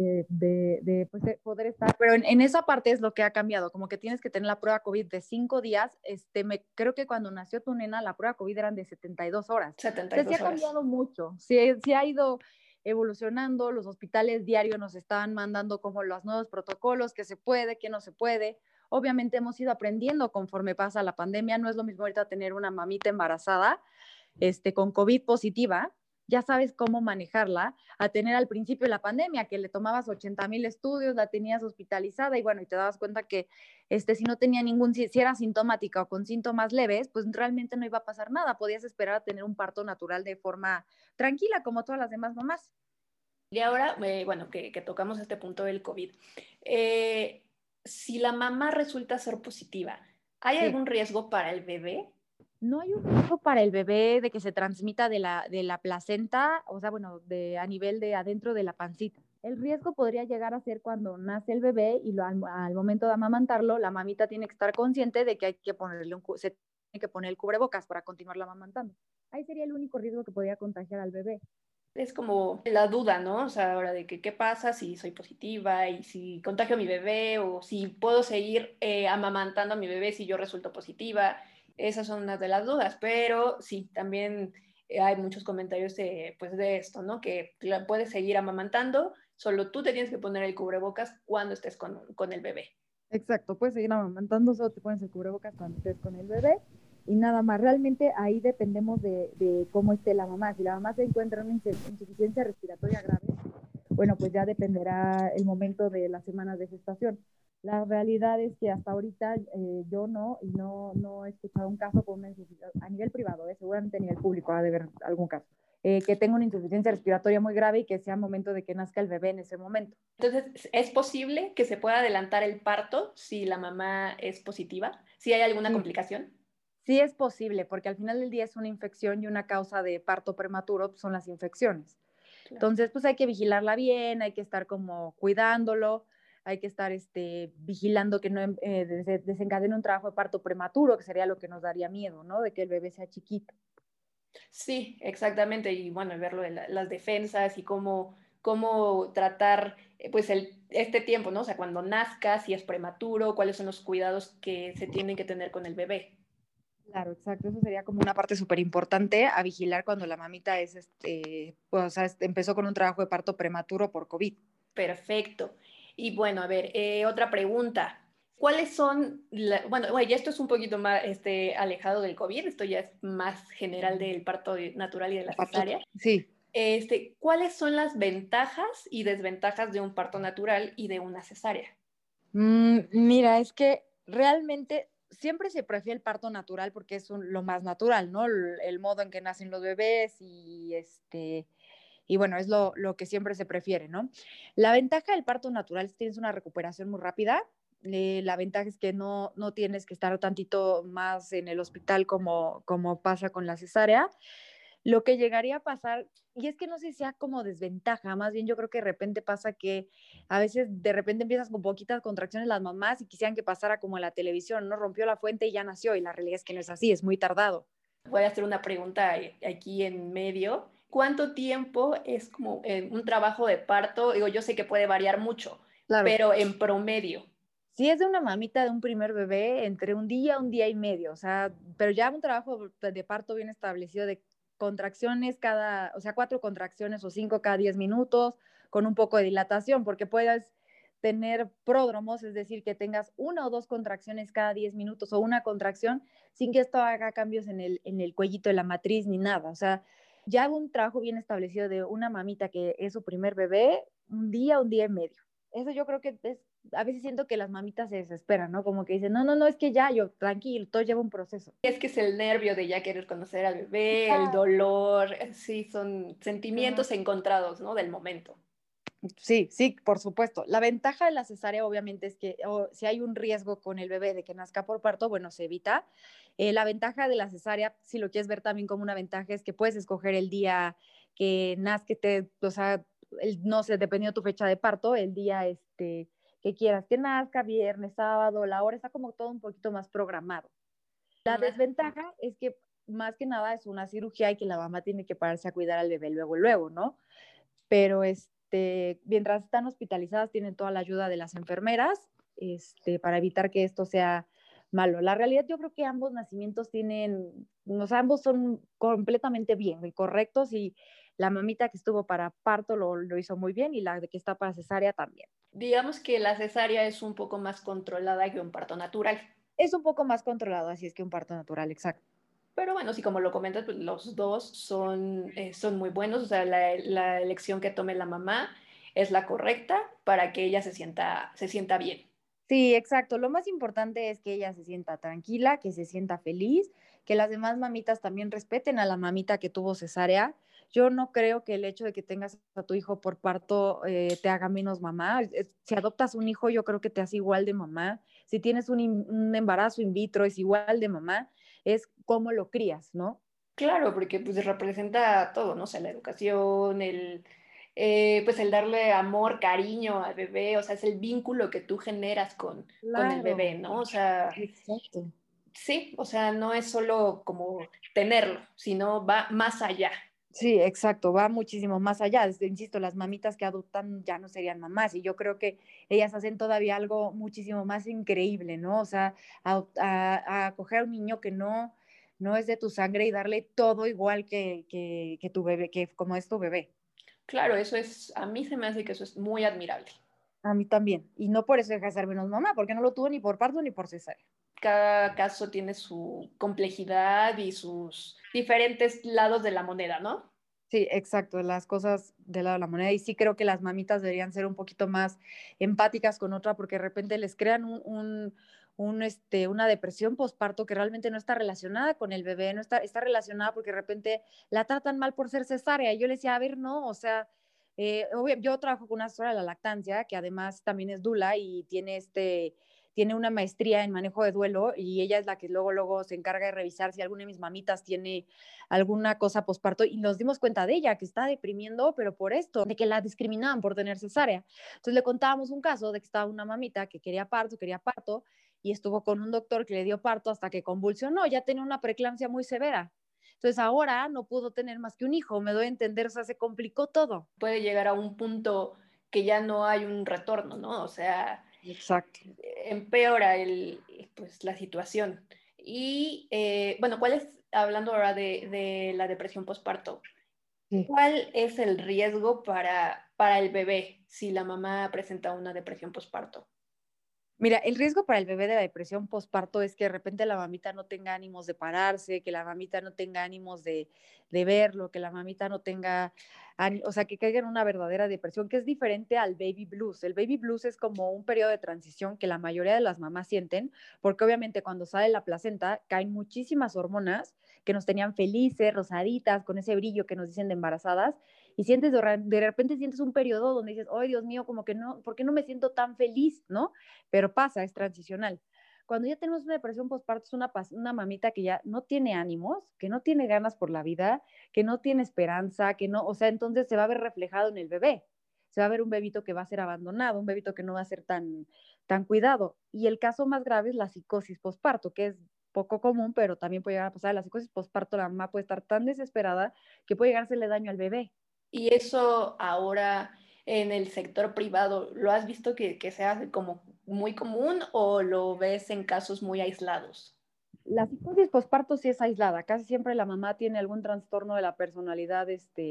Pues, de poder estar, pero en esa parte es lo que ha cambiado, como que tienes que tener la prueba COVID de 5 días, creo que cuando nació tu nena la prueba COVID eran de 72 horas, o setenta y sea, sí dos ha horas. cambiado mucho, sí ha ido evolucionando, los hospitales diarios nos están mandando como los nuevos protocolos, que se puede, que no se puede, obviamente hemos ido aprendiendo conforme pasa la pandemia, no es lo mismo ahorita tener una mamita embarazada, con COVID positiva, ya sabes cómo manejarla, a tener al principio de la pandemia, que le tomabas 80,000 estudios, la tenías hospitalizada y bueno, y te dabas cuenta que si no tenía si era sintomática o con síntomas leves, pues realmente no iba a pasar nada, podías esperar a tener un parto natural de forma tranquila, como todas las demás mamás. Y ahora, bueno, que tocamos este punto del COVID, eh, si la mamá resulta ser positiva, ¿hay Sí. algún riesgo para el bebé? No hay un riesgo para el bebé de que se transmita de la placenta, o sea, bueno, a nivel de adentro de la pancita. El riesgo podría llegar a ser cuando nace el bebé y al momento de amamantarlo, la mamita tiene que estar consciente de que hay que se tiene que poner el cubrebocas para continuarla amamantando. Ahí sería el único riesgo que podría contagiar al bebé. Es como la duda, ¿no? O sea, ahora de que qué pasa si soy positiva y si contagio a mi bebé o si puedo seguir amamantando a mi bebé si yo resulto positiva. Esas son unas de las dudas, pero sí, también hay muchos comentarios pues de esto, ¿no? Que la puedes seguir amamantando, solo tú te tienes que poner el cubrebocas cuando estés con el bebé. Exacto, puedes seguir amamantando, solo te pones el cubrebocas cuando estés con el bebé y nada más. Realmente ahí dependemos de cómo esté la mamá. Si la mamá se encuentra en una insuficiencia respiratoria grave, bueno, pues ya dependerá el momento de las semanas de gestación. La realidad es que hasta ahorita yo no he escuchado un caso con una insuficiencia a nivel privado, seguramente a nivel público ha de haber algún caso. que tenga una insuficiencia respiratoria muy grave y que sea momento de que nazca el bebé en ese momento. Entonces, ¿es posible que se pueda adelantar el parto si la mamá es positiva? ¿Si hay alguna Sí, complicación? sí es posible, porque al final del día es una infección y una causa de parto prematuro pues, son las infecciones. Claro. Entonces, pues hay que vigilarla bien, hay que estar como cuidándolo, hay que estar vigilando que no desencadene un trabajo de parto prematuro, que sería lo que nos daría miedo, ¿no? De que el bebé sea chiquito. Sí, exactamente. Y bueno, verlo de las defensas y cómo tratar pues este tiempo, ¿no? O sea, cuando nazca, si es prematuro, cuáles son los cuidados que se tienen que tener con el bebé. Claro, exacto. Eso sería como una parte súper importante a vigilar cuando la mamita pues, o sea, empezó con un trabajo de parto prematuro por COVID. Perfecto. Y bueno, a ver, otra pregunta. ¿Cuáles son, bueno, ya esto es un poquito más alejado del COVID, esto ya es más general del parto natural y de la cesárea. Sí. ¿Cuáles son las ventajas y desventajas de un parto natural y de una cesárea? Mira, es que realmente siempre se prefiere el parto natural porque es lo más natural, ¿no? El modo en que nacen los bebés y bueno, es lo que siempre se prefiere, ¿no? La ventaja del parto natural es que tienes una recuperación muy rápida. La ventaja es que no tienes que estar tantito más en el hospital como pasa con la cesárea. Lo que llegaría a pasar, y es que no sé si sea como desventaja, más bien yo creo que de repente pasa que a veces de repente empiezas con poquitas contracciones las mamás y quisieran que pasara como en la televisión, ¿no? Rompió la fuente y ya nació, y la realidad es que no es así, es muy tardado. Voy a hacer una pregunta aquí en medio. ¿Cuánto tiempo es como un trabajo de parto? Digo, yo sé que puede variar mucho, Claro. pero en promedio. Si es de una mamita de un primer bebé, entre un día y medio, o sea, pero ya un trabajo de parto bien establecido de contracciones o sea, 4 contracciones o 5 cada 10 minutos, con un poco de dilatación, porque puedes tener pródromos, es decir, que tengas 1 o 2 contracciones cada 10 minutos o una contracción sin que esto haga cambios en el cuellito de la matriz ni nada. O sea, ya un trabajo bien establecido de una mamita que es su primer bebé, un día y medio. Eso yo creo que a veces siento que las mamitas se desesperan, ¿no? Como que dicen, no, no, no, es que ya, yo, tranquilo, todo lleva un proceso. Es que es el nervio de ya querer conocer al bebé, el dolor, sí, son sentimientos encontrados, ¿no? Del momento. Sí, sí, por supuesto. La ventaja de la cesárea, obviamente, es que si hay un riesgo con el bebé de que nazca por parto, bueno, se evita. La ventaja de la cesárea, si lo quieres ver también como una ventaja, es que puedes escoger el día que nazca, o sea, no sé, dependiendo de tu fecha de parto, el día que quieras que nazca, viernes, sábado, la hora está como todo un poquito más programado. La desventaja es que más que nada es una cirugía y que la mamá tiene que pararse a cuidar al bebé luego, ¿no? Pero mientras están hospitalizadas tienen toda la ayuda de las enfermeras para evitar que esto sea malo. La realidad yo creo que ambos nacimientos o sea, ambos son completamente bien y correctos y la mamita que estuvo para parto lo hizo muy bien y la que está para cesárea también. Digamos que la cesárea es un poco más controlada que un parto natural. Es un poco más controlado, así es que un parto natural, exacto. Pero bueno, sí, como lo comentas, pues los dos son muy buenos. O sea, la elección que tome la mamá es la correcta para que ella se sienta bien. Sí, exacto. Lo más importante es que ella se sienta tranquila, que se sienta feliz, que las demás mamitas también respeten a la mamita que tuvo cesárea. Yo no creo que el hecho de que tengas a tu hijo por parto te haga menos mamá. Si adoptas un hijo, yo creo que te hace igual de mamá. Si tienes un embarazo in vitro, es igual de mamá. Es cómo lo crías, ¿no? Claro, porque pues representa todo, ¿no? O sea, la educación, pues el darle amor, cariño al bebé, o sea, es el vínculo que tú generas con el bebé, Claro, ¿no? O sea, exacto. sí, o sea, no es solo como tenerlo, sino va más allá. Sí, exacto, va muchísimo más allá. Insisto, las mamitas que adoptan ya no serían mamás y yo creo que ellas hacen todavía algo muchísimo más increíble, ¿no? O sea, a coger a un niño que no es de tu sangre y darle todo igual que tu bebé, que como es tu bebé. Claro, a mí se me hace que eso es muy admirable. A mí también. Y no por eso deja de ser menos mamá, porque no lo tuvo ni por parto ni por cesárea. Cada caso tiene su complejidad y sus diferentes lados de la moneda, ¿no? Sí, exacto, las cosas del lado de la moneda. Y sí creo que las mamitas deberían ser un poquito más empáticas con otra porque de repente les crean una depresión postparto que realmente no está relacionada con el bebé, no está relacionada porque de repente la tratan mal por ser cesárea. Y yo le decía, a ver, no, o sea, yo trabajo con una asesora de la lactancia que además también es dula y tiene una maestría en manejo de duelo y ella es la que luego se encarga de revisar si alguna de mis mamitas tiene alguna cosa postparto y nos dimos cuenta de ella que está deprimiendo, pero por esto, de que la discriminaban por tener cesárea. Entonces le contábamos un caso de que estaba una mamita que quería parto y estuvo con un doctor que le dio parto hasta que convulsionó, ya tenía una preeclampsia muy severa. Entonces ahora no pudo tener más que un hijo, me doy a entender, o sea, se complicó todo. Puede llegar a un punto que ya no hay un retorno, ¿no? O sea, Exacto. empeora pues, la situación. Y bueno, hablando ahora de la depresión postparto, Sí. ¿cuál es el riesgo para el bebé si la mamá presenta una depresión postparto? Mira, el riesgo para el bebé de la depresión postparto es que de repente la mamita no tenga ánimos de pararse, que la mamita no tenga ánimos de verlo, que la mamita no tenga, o sea, que caiga en una verdadera depresión, que es diferente al baby blues. El baby blues es como un periodo de transición que la mayoría de las mamás sienten, porque obviamente cuando sale la placenta caen muchísimas hormonas que nos tenían felices, rosaditas, con ese brillo que nos dicen de embarazadas, y de repente sientes un periodo donde dices, ay Dios mío, como que no, ¿por qué no me siento tan feliz, no? Pero pasa, es transicional. Cuando ya tenemos una depresión postparto, es una mamita que ya no tiene ánimos, que no tiene ganas por la vida, que no tiene esperanza, que no, o sea, entonces se va a ver reflejado en el bebé. Se va a ver un bebito que va a ser abandonado, un bebito que no va a ser tan cuidado. Y el caso más grave es la psicosis postparto, que es poco común, pero también puede llegar a pasar. La psicosis postparto, la mamá puede estar tan desesperada que puede llegar a hacerle daño al bebé. Y eso ahora en el sector privado, ¿lo has visto que sea como muy común o lo ves en casos muy aislados? La psicosis posparto sí es aislada. Casi siempre la mamá tiene algún trastorno de la personalidad,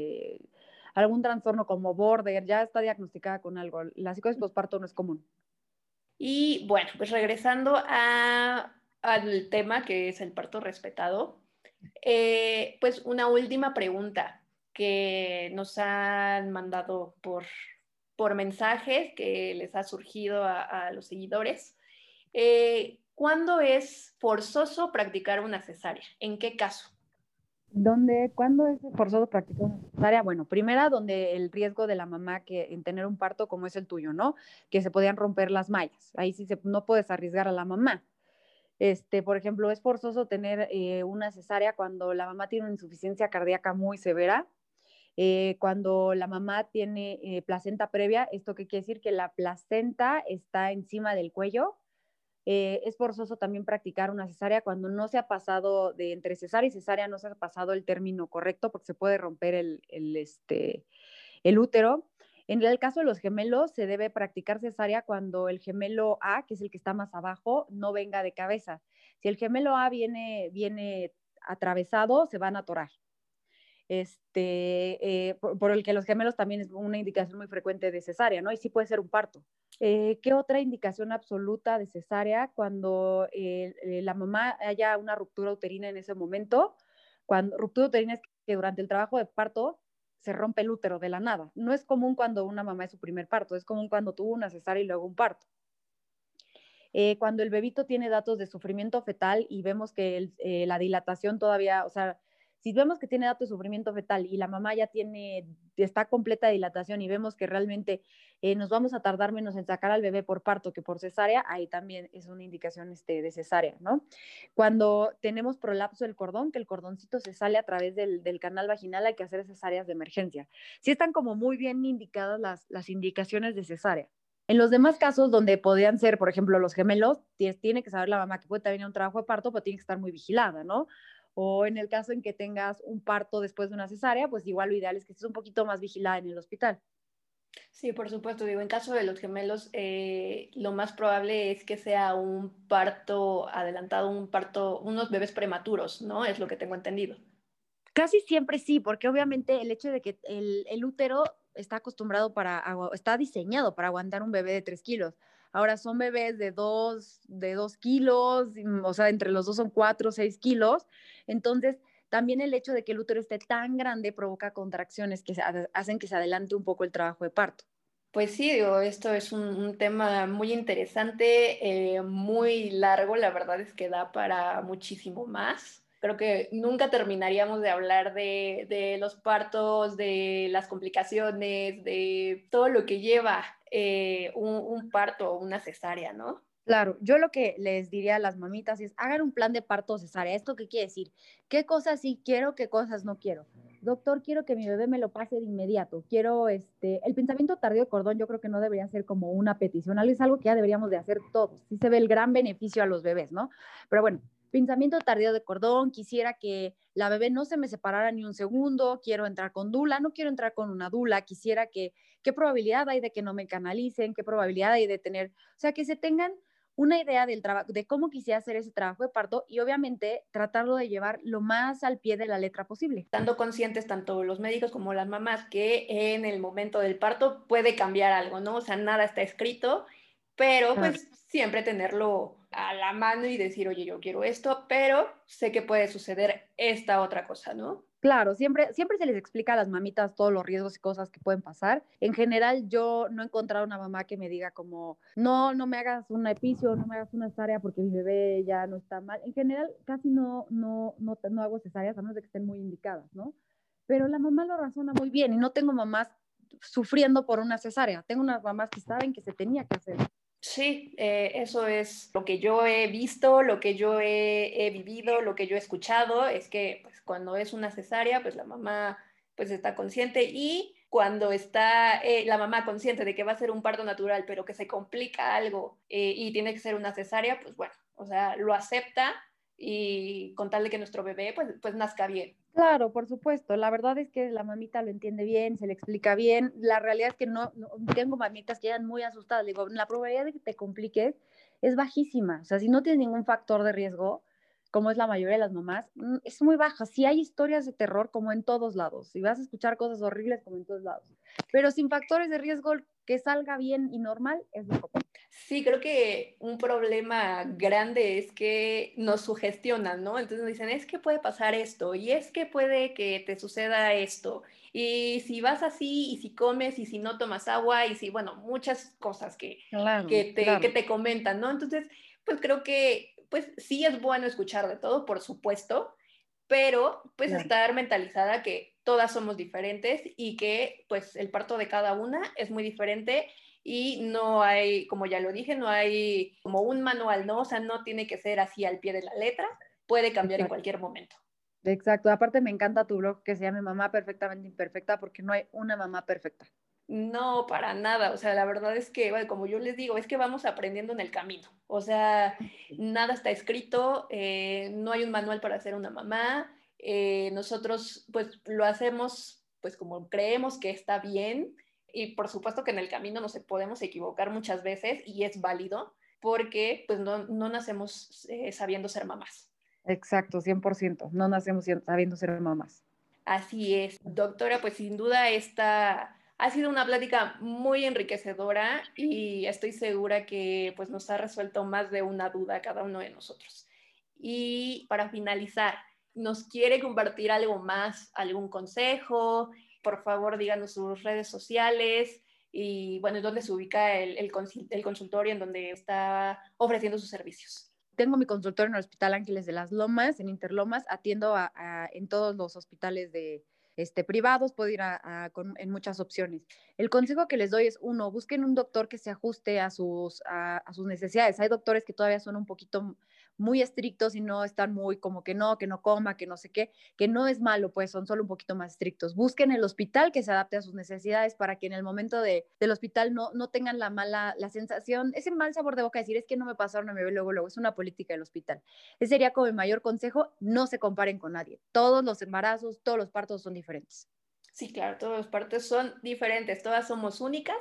algún trastorno como border, ya está diagnosticada con algo. La psicosis posparto no es común. Y bueno, pues regresando al tema que es el parto respetado, pues una última pregunta que nos han mandado por mensajes que les ha surgido a los seguidores. ¿Cuándo es forzoso practicar una cesárea? ¿En qué caso? ¿Cuándo es forzoso practicar una cesárea? Bueno, primera, donde el riesgo de la mamá que en tener un parto como es el tuyo, ¿no? Que se podían romper las mallas. Ahí sí no puedes arriesgar a la mamá. Por ejemplo, es forzoso tener una cesárea cuando la mamá tiene una insuficiencia cardíaca muy severa, cuando la mamá tiene placenta previa. ¿Esto qué quiere decir? Que la placenta está encima del cuello. Es forzoso también practicar una cesárea cuando no se ha pasado de entre cesárea y cesárea, no se ha pasado el término correcto porque se puede romper el útero. En el caso de los gemelos, se debe practicar cesárea cuando el gemelo A, que es el que está más abajo, no venga de cabeza. Si el gemelo A viene atravesado, se van a atorar. Por el que los gemelos también es una indicación muy frecuente de cesárea, ¿no? Y sí puede ser un parto. ¿Qué otra indicación absoluta de cesárea? Cuando la mamá haya una ruptura uterina en ese momento. Cuando ruptura uterina es que durante el trabajo de parto se rompe el útero de la nada. No es común cuando una mamá es su primer parto, es común cuando tuvo una cesárea y luego un parto. Cuando el bebito tiene datos de sufrimiento fetal y vemos que la dilatación todavía, o sea, si vemos que tiene datos de sufrimiento fetal y la mamá está completa de dilatación y vemos que realmente nos vamos a tardar menos en sacar al bebé por parto que por cesárea, ahí también es una indicación de cesárea, ¿no? Cuando tenemos prolapso del cordón, que el cordoncito se sale a través del canal vaginal, hay que hacer cesáreas de emergencia. Sí están como muy bien indicadas las indicaciones de cesárea. En los demás casos donde podrían ser, por ejemplo, los gemelos, tiene que saber la mamá que puede también un trabajo de parto, pero tiene que estar muy vigilada, ¿no? O en el caso en que tengas un parto después de una cesárea, pues igual lo ideal es que estés un poquito más vigilada en el hospital. Sí, por supuesto. Digo, en caso de los gemelos, lo más probable es que sea un parto adelantado, un parto, unos bebés prematuros, ¿no? Es lo que tengo entendido. Casi siempre sí, porque obviamente el hecho de que el útero está está diseñado para aguantar un bebé de 3 kilos. Ahora son bebés de dos kilos, o sea, entre los dos son 4 o 6 kilos. Entonces, también el hecho de que el útero esté tan grande provoca contracciones que hacen que se adelante un poco el trabajo de parto. Pues sí, digo, esto es un tema muy interesante, muy largo, la verdad es que da para muchísimo más. Creo que nunca terminaríamos de hablar de los partos, de las complicaciones, de todo lo que lleva un parto o una cesárea, ¿no? Claro, yo lo que les diría a las mamitas es, hagan un plan de parto cesárea. ¿Esto qué quiere decir? ¿Qué cosas sí quiero, qué cosas no quiero? Doctor, quiero que mi bebé me lo pase de inmediato. Quiero, el pensamiento tardío de cordón yo creo que no debería ser como una petición, es algo que ya deberíamos de hacer todos. Sí se ve el gran beneficio a los bebés, ¿no? Pero bueno, pensamiento tardío de cordón, quisiera que la bebé no se me separara ni un segundo, quiero entrar con dula, no quiero entrar con una dula, quisiera que, ¿qué probabilidad hay de que no me canalicen? ¿Qué probabilidad hay de tener, o sea, que se tengan una idea del trabajo, de cómo quisiera hacer ese trabajo de parto y obviamente tratarlo de llevar lo más al pie de la letra posible. Estando conscientes tanto los médicos como las mamás que en el momento del parto puede cambiar algo, ¿no? O sea, nada está escrito, pero Claro. pues siempre tenerlo a la mano y decir, oye, yo quiero esto, pero sé que puede suceder esta otra cosa, ¿no? Claro, siempre se les explica a las mamitas todos los riesgos y cosas que pueden pasar. En general, yo no he encontrado una mamá que me diga como, no, no me hagas una epicio, no me hagas una cesárea porque mi bebé ya no está mal. En general, casi no hago cesáreas a menos de que estén muy indicadas, ¿no? Pero la mamá lo razona muy bien y no tengo mamás sufriendo por una cesárea. Tengo unas mamás que saben que se tenía que hacer. Sí, eso es lo que yo he visto, lo que yo he vivido, lo que yo he escuchado, es que pues, cuando es una cesárea, pues la mamá pues está consciente y cuando está la mamá consciente de que va a ser un parto natural, pero que se complica algo y tiene que ser una cesárea, pues bueno, o sea, lo acepta y con tal de que nuestro bebé pues nazca bien. Claro, por supuesto. La verdad es que la mamita lo entiende bien, se le explica bien. La realidad es que no tengo mamitas que quedan muy asustadas. Digo, la probabilidad de que te compliques es bajísima. O sea, si no tienes ningún factor de riesgo, como es la mayoría de las mamás, es muy baja. Sí hay historias de terror como en todos lados. Y vas a escuchar cosas horribles como en todos lados. Pero sin factores de riesgo, que salga bien y normal es lo común. Sí, creo que un problema grande es que nos sugestionan, ¿no? Entonces nos dicen, es que puede pasar esto, y es que puede que te suceda esto, y si vas así, y si comes, y si no tomas agua, y si, bueno, muchas cosas Claro, que claro. te comentan, ¿no? Entonces, pues creo que, pues sí es bueno escuchar de todo, por supuesto, pero pues Claro. estar mentalizada que todas somos diferentes y que pues el parto de cada una es muy diferente y no hay, como ya lo dije, no hay como un manual, ¿no? O sea, no tiene que ser así al pie de la letra, puede cambiar en Exacto. cualquier momento. Exacto. Aparte me encanta tu blog que se llame Mamá Perfectamente Imperfecta porque no hay una mamá perfecta. No, para nada. O sea, la verdad es que, bueno, como yo les digo, es que vamos aprendiendo en el camino. O sea, nada está escrito, no hay un manual para ser una mamá. Nosotros, pues, lo hacemos, pues, como creemos que está bien. Y por supuesto que en el camino nos podemos equivocar muchas veces y es válido porque, pues, no nacemos sabiendo ser mamás. Exacto, 100%. No nacemos sabiendo ser mamás. Así es, doctora, pues sin duda esta ha sido una plática muy enriquecedora y estoy segura que pues nos ha resuelto más de una duda a cada uno de nosotros. Y para finalizar, ¿nos quiere compartir algo más, algún consejo? Por favor, díganos sus redes sociales y bueno, ¿dónde se ubica el consultorio en donde está ofreciendo sus servicios? Tengo mi consultorio en el Hospital Ángeles de las Lomas, en Interlomas, atiendo en todos los hospitales de privados, puedo ir en muchas opciones. El consejo que les doy es, uno, busquen un doctor que se ajuste a sus necesidades. Hay doctores que todavía son un poquito muy estrictos y no están muy como que no coma, que no sé qué, que no es malo, pues son solo un poquito más estrictos. Busquen el hospital que se adapte a sus necesidades para que en el momento del hospital no tengan la sensación, ese mal sabor de boca de decir, es que no me pasaron a mi bebé luego, es una política del hospital. Ese sería como mi mayor consejo, no se comparen con nadie. Todos los embarazos, todos los partos son diferentes. Sí, claro, todas las partes son diferentes, todas somos únicas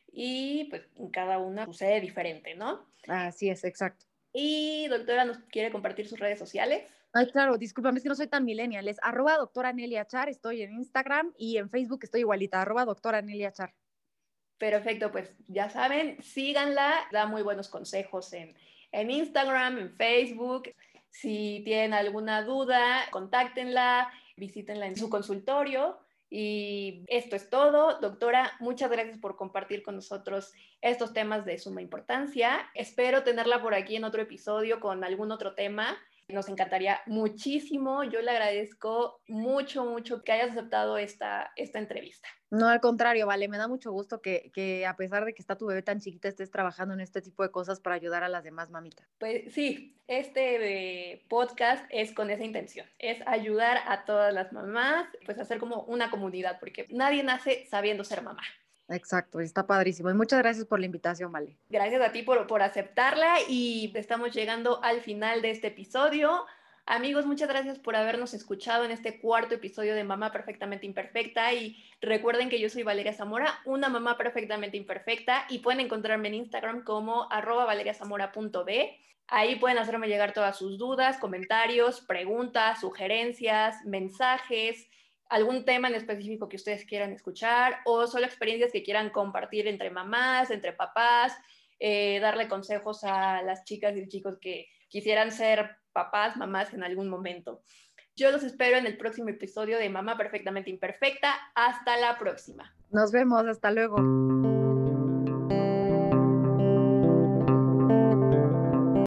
y pues cada una sucede diferente, ¿no? Así es, exacto. Y doctora, ¿nos quiere compartir sus redes sociales? Ay, claro, discúlpame, es que no soy tan millennial. Es arroba doctora Nelia Char, estoy en Instagram y en Facebook estoy igualita, arroba doctora Nelia Char. Perfecto, pues ya saben, síganla, da muy buenos consejos en Instagram, en Facebook. Si tienen alguna duda, contáctenla, visítenla en su consultorio Y esto es todo. Doctora, muchas gracias por compartir con nosotros estos temas de suma importancia. Espero tenerla por aquí en otro episodio con algún otro tema. Nos encantaría muchísimo. Yo le agradezco mucho que hayas aceptado esta entrevista. No, al contrario, Vale, me da mucho gusto que a pesar de que está tu bebé tan chiquita, estés trabajando en este tipo de cosas para ayudar a las demás mamitas. Pues sí, este podcast es con esa intención, es ayudar a todas las mamás, pues hacer como una comunidad, porque nadie nace sabiendo ser mamá. Exacto, está padrísimo. Y muchas gracias por la invitación, Vale. Gracias a ti por aceptarla y estamos llegando al final de este episodio. Amigos, muchas gracias por habernos escuchado en este cuarto episodio de Mamá Perfectamente Imperfecta y recuerden que yo soy Valeria Zamora, una mamá perfectamente imperfecta y pueden encontrarme en Instagram como @valeriazamora.b. Ahí pueden hacerme llegar todas sus dudas, comentarios, preguntas, sugerencias, mensajes, algún tema en específico que ustedes quieran escuchar o solo experiencias que quieran compartir entre mamás, entre papás, darle consejos a las chicas y chicos que quisieran ser papás, mamás en algún momento. Yo los espero en el próximo episodio de Mamá Perfectamente Imperfecta. Hasta la próxima. Nos vemos, hasta luego.